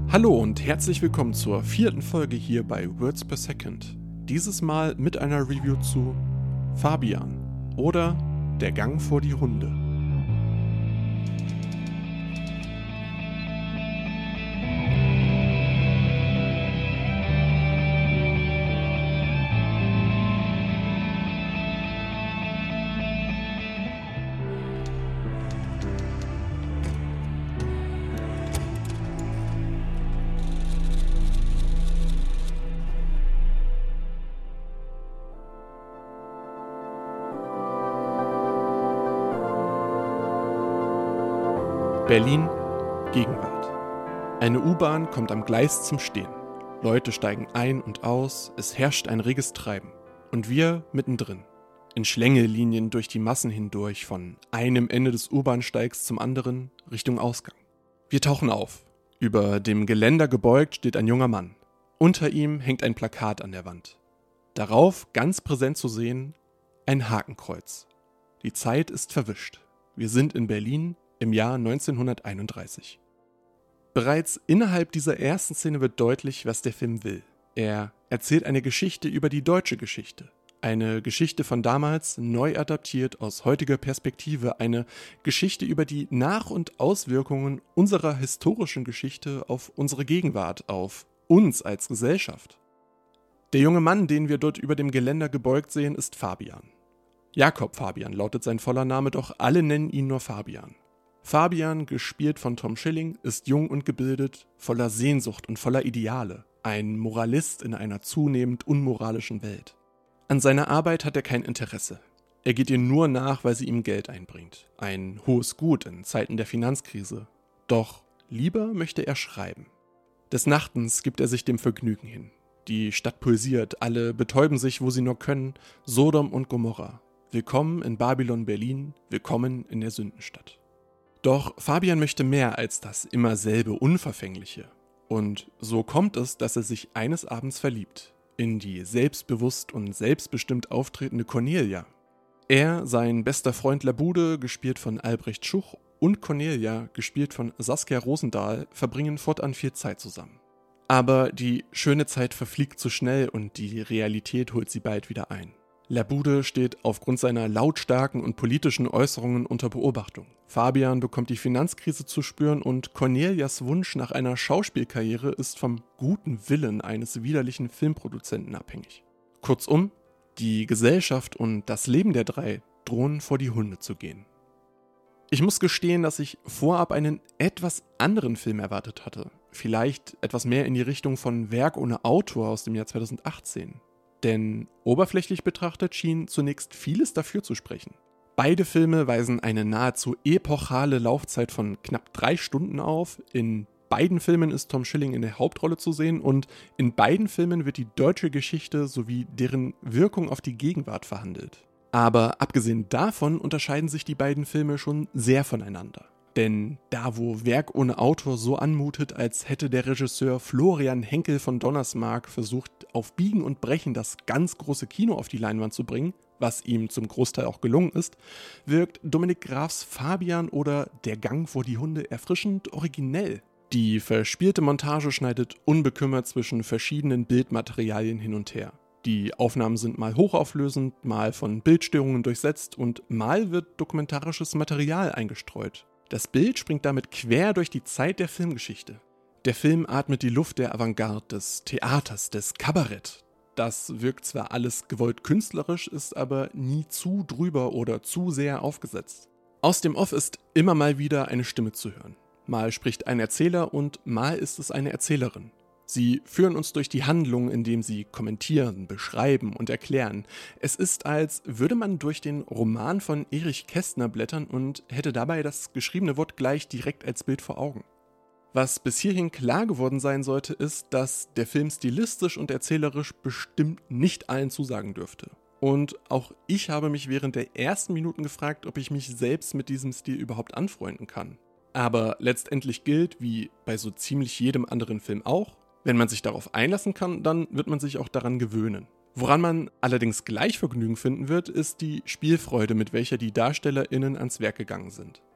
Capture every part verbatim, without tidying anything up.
Hallo und herzlich willkommen zur vierten Folge hier bei Words per Second. Dieses Mal mit einer Review zu Fabian oder Der Gang vor die Hunde. Berlin, Gegenwart. Eine U-Bahn kommt am Gleis zum Stehen. Leute steigen ein und aus, es herrscht ein reges Treiben. Und wir mittendrin. In Schlängellinien durch die Massen hindurch, von einem Ende des U-Bahnsteigs zum anderen, Richtung Ausgang. Wir tauchen auf. Über dem Geländer gebeugt steht ein junger Mann. Unter ihm hängt ein Plakat an der Wand. Darauf, ganz präsent zu sehen, ein Hakenkreuz. Die Zeit ist verwischt. Wir sind in Berlin, im Jahr neunzehnhunderteinunddreißig. Bereits innerhalb dieser ersten Szene wird deutlich, was der Film will. Er erzählt eine Geschichte über die deutsche Geschichte. Eine Geschichte von damals, neu adaptiert aus heutiger Perspektive. Eine Geschichte über die Nach- und Auswirkungen unserer historischen Geschichte auf unsere Gegenwart, auf uns als Gesellschaft. Der junge Mann, den wir dort über dem Geländer gebeugt sehen, ist Fabian. Jakob Fabian lautet sein voller Name, doch alle nennen ihn nur Fabian. Fabian, gespielt von Tom Schilling, ist jung und gebildet, voller Sehnsucht und voller Ideale. Ein Moralist in einer zunehmend unmoralischen Welt. An seiner Arbeit hat er kein Interesse. Er geht ihr nur nach, weil sie ihm Geld einbringt. Ein hohes Gut in Zeiten der Finanzkrise. Doch lieber möchte er schreiben. Des Nachtens gibt er sich dem Vergnügen hin. Die Stadt pulsiert, alle betäuben sich, wo sie nur können. Sodom und Gomorra. Willkommen in Babylon Berlin, willkommen in der Sündenstadt. Doch Fabian möchte mehr als das immer selbe Unverfängliche. Und so kommt es, dass er sich eines Abends verliebt. In die selbstbewusst und selbstbestimmt auftretende Cornelia. Er, sein bester Freund Labude, gespielt von Albrecht Schuch, und Cornelia, gespielt von Saskia Rosendahl, verbringen fortan viel Zeit zusammen. Aber die schöne Zeit verfliegt zu schnell und die Realität holt sie bald wieder ein. Labude steht aufgrund seiner lautstarken und politischen Äußerungen unter Beobachtung. Fabian bekommt die Finanzkrise zu spüren und Cornelias Wunsch nach einer Schauspielkarriere ist vom guten Willen eines widerlichen Filmproduzenten abhängig. Kurzum, die Gesellschaft und das Leben der drei drohen vor die Hunde zu gehen. Ich muss gestehen, dass ich vorab einen etwas anderen Film erwartet hatte. Vielleicht etwas mehr in die Richtung von Werk ohne Autor aus dem Jahr zweitausendachtzehn. Denn oberflächlich betrachtet schien zunächst vieles dafür zu sprechen. Beide Filme weisen eine nahezu epochale Laufzeit von knapp drei Stunden auf. In beiden Filmen ist Tom Schilling in der Hauptrolle zu sehen und in beiden Filmen wird die deutsche Geschichte sowie deren Wirkung auf die Gegenwart verhandelt. Aber abgesehen davon unterscheiden sich die beiden Filme schon sehr voneinander. Denn da, wo Werk ohne Autor so anmutet, als hätte der Regisseur Florian Henkel von Donnersmarck versucht, auf Biegen und Brechen das ganz große Kino auf die Leinwand zu bringen, was ihm zum Großteil auch gelungen ist, wirkt Dominik Grafs Fabian oder Der Gang vor die Hunde erfrischend originell. Die verspielte Montage schneidet unbekümmert zwischen verschiedenen Bildmaterialien hin und her. Die Aufnahmen sind mal hochauflösend, mal von Bildstörungen durchsetzt und mal wird dokumentarisches Material eingestreut. Das Bild springt damit quer durch die Zeit der Filmgeschichte. Der Film atmet die Luft der Avantgarde, des Theaters, des Kabarett. Das wirkt zwar alles gewollt künstlerisch, ist aber nie zu drüber oder zu sehr aufgesetzt. Aus dem Off ist immer mal wieder eine Stimme zu hören. Mal spricht ein Erzähler und mal ist es eine Erzählerin. Sie führen uns durch die Handlung, indem sie kommentieren, beschreiben und erklären. Es ist, als würde man durch den Roman von Erich Kästner blättern und hätte dabei das geschriebene Wort gleich direkt als Bild vor Augen. Was bis hierhin klar geworden sein sollte, ist, dass der Film stilistisch und erzählerisch bestimmt nicht allen zusagen dürfte. Und auch ich habe mich während der ersten Minuten gefragt, ob ich mich selbst mit diesem Stil überhaupt anfreunden kann. Aber letztendlich gilt, wie bei so ziemlich jedem anderen Film auch, wenn man sich darauf einlassen kann, dann wird man sich auch daran gewöhnen. Woran man allerdings gleich Vergnügen finden wird, ist die Spielfreude, mit welcher die DarstellerInnen ans Werk gegangen sind.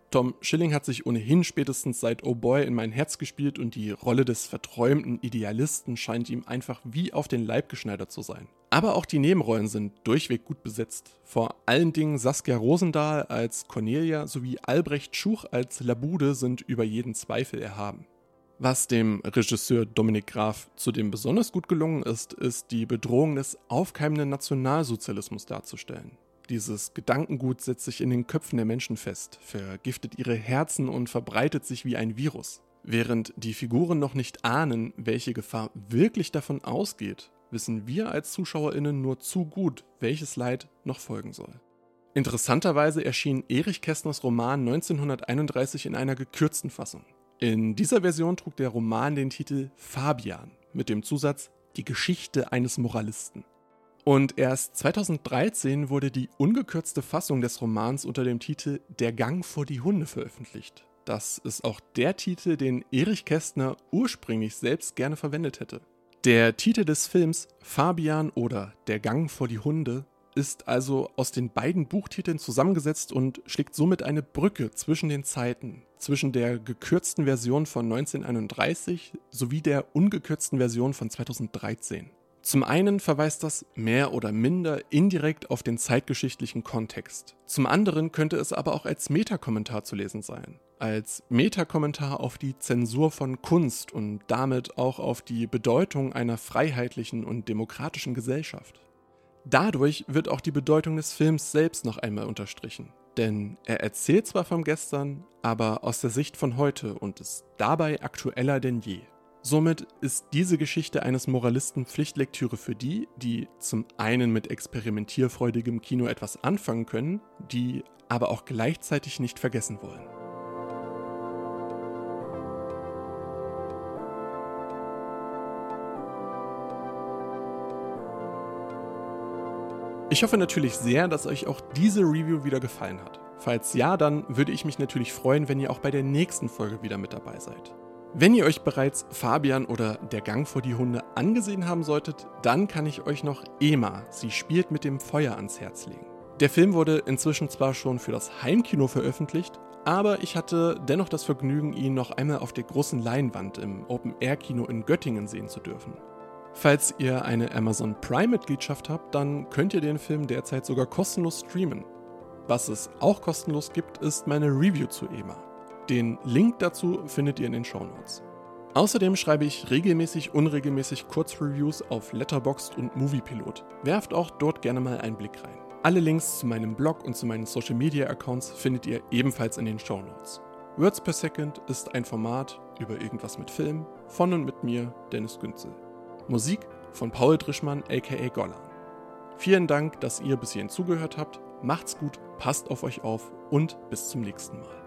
Tom Schilling hat sich ohnehin spätestens seit Oh Boy in mein Herz gespielt und die Rolle des verträumten Idealisten scheint ihm einfach wie auf den Leib geschneidert zu sein. Aber auch die Nebenrollen sind durchweg gut besetzt. Vor allen Dingen Saskia Rosendahl als Cornelia sowie Albrecht Schuch als Labude sind über jeden Zweifel erhaben. Was dem Regisseur Dominik Graf zudem besonders gut gelungen ist, ist die Bedrohung des aufkeimenden Nationalsozialismus darzustellen. Dieses Gedankengut setzt sich in den Köpfen der Menschen fest, vergiftet ihre Herzen und verbreitet sich wie ein Virus. Während die Figuren noch nicht ahnen, welche Gefahr wirklich davon ausgeht, wissen wir als ZuschauerInnen nur zu gut, welches Leid noch folgen soll. Interessanterweise erschien Erich Kästners Roman neunzehnhunderteinunddreißig in einer gekürzten Fassung. In dieser Version trug der Roman den Titel Fabian mit dem Zusatz Die Geschichte eines Moralisten. Und erst zweitausenddreizehn wurde die ungekürzte Fassung des Romans unter dem Titel Der Gang vor die Hunde veröffentlicht. Das ist auch der Titel, den Erich Kästner ursprünglich selbst gerne verwendet hätte. Der Titel des Films Fabian oder Der Gang vor die Hunde ist also aus den beiden Buchtiteln zusammengesetzt und schlägt somit eine Brücke zwischen den Zeiten, zwischen der gekürzten Version von neunzehnhunderteinunddreißig sowie der ungekürzten Version von zweitausenddreizehn. Zum einen verweist das mehr oder minder indirekt auf den zeitgeschichtlichen Kontext. Zum anderen könnte es aber auch als Metakommentar zu lesen sein. Als Metakommentar auf die Zensur von Kunst und damit auch auf die Bedeutung einer freiheitlichen und demokratischen Gesellschaft. Dadurch wird auch die Bedeutung des Films selbst noch einmal unterstrichen. Denn er erzählt zwar vom Gestern, aber aus der Sicht von heute und ist dabei aktueller denn je. Somit ist diese Geschichte eines Moralisten Pflichtlektüre für die, die zum einen mit experimentierfreudigem Kino etwas anfangen können, die aber auch gleichzeitig nicht vergessen wollen. Ich hoffe natürlich sehr, dass euch auch diese Review wieder gefallen hat. Falls ja, dann würde ich mich natürlich freuen, wenn ihr auch bei der nächsten Folge wieder mit dabei seid. Wenn ihr euch bereits Fabian oder Der Gang vor die Hunde angesehen haben solltet, dann kann ich euch noch Ema, sie spielt mit dem Feuer, ans Herz legen. Der Film wurde inzwischen zwar schon für das Heimkino veröffentlicht, aber ich hatte dennoch das Vergnügen, ihn noch einmal auf der großen Leinwand im Open-Air-Kino in Göttingen sehen zu dürfen. Falls ihr eine Amazon Prime-Mitgliedschaft habt, dann könnt ihr den Film derzeit sogar kostenlos streamen. Was es auch kostenlos gibt, ist meine Review zu Ema. Den Link dazu findet ihr in den Shownotes. Außerdem schreibe ich regelmäßig, unregelmäßig Kurzreviews auf Letterboxd und Moviepilot. Werft auch dort gerne mal einen Blick rein. Alle Links zu meinem Blog und zu meinen Social Media Accounts findet ihr ebenfalls in den Shownotes. Words per Second ist ein Format über irgendwas mit Film von und mit mir, Dennis Günzel. Musik von Paul Drischmann aka Gollan. Vielen Dank, dass ihr bis hierhin zugehört habt. Macht's gut, passt auf euch auf und bis zum nächsten Mal.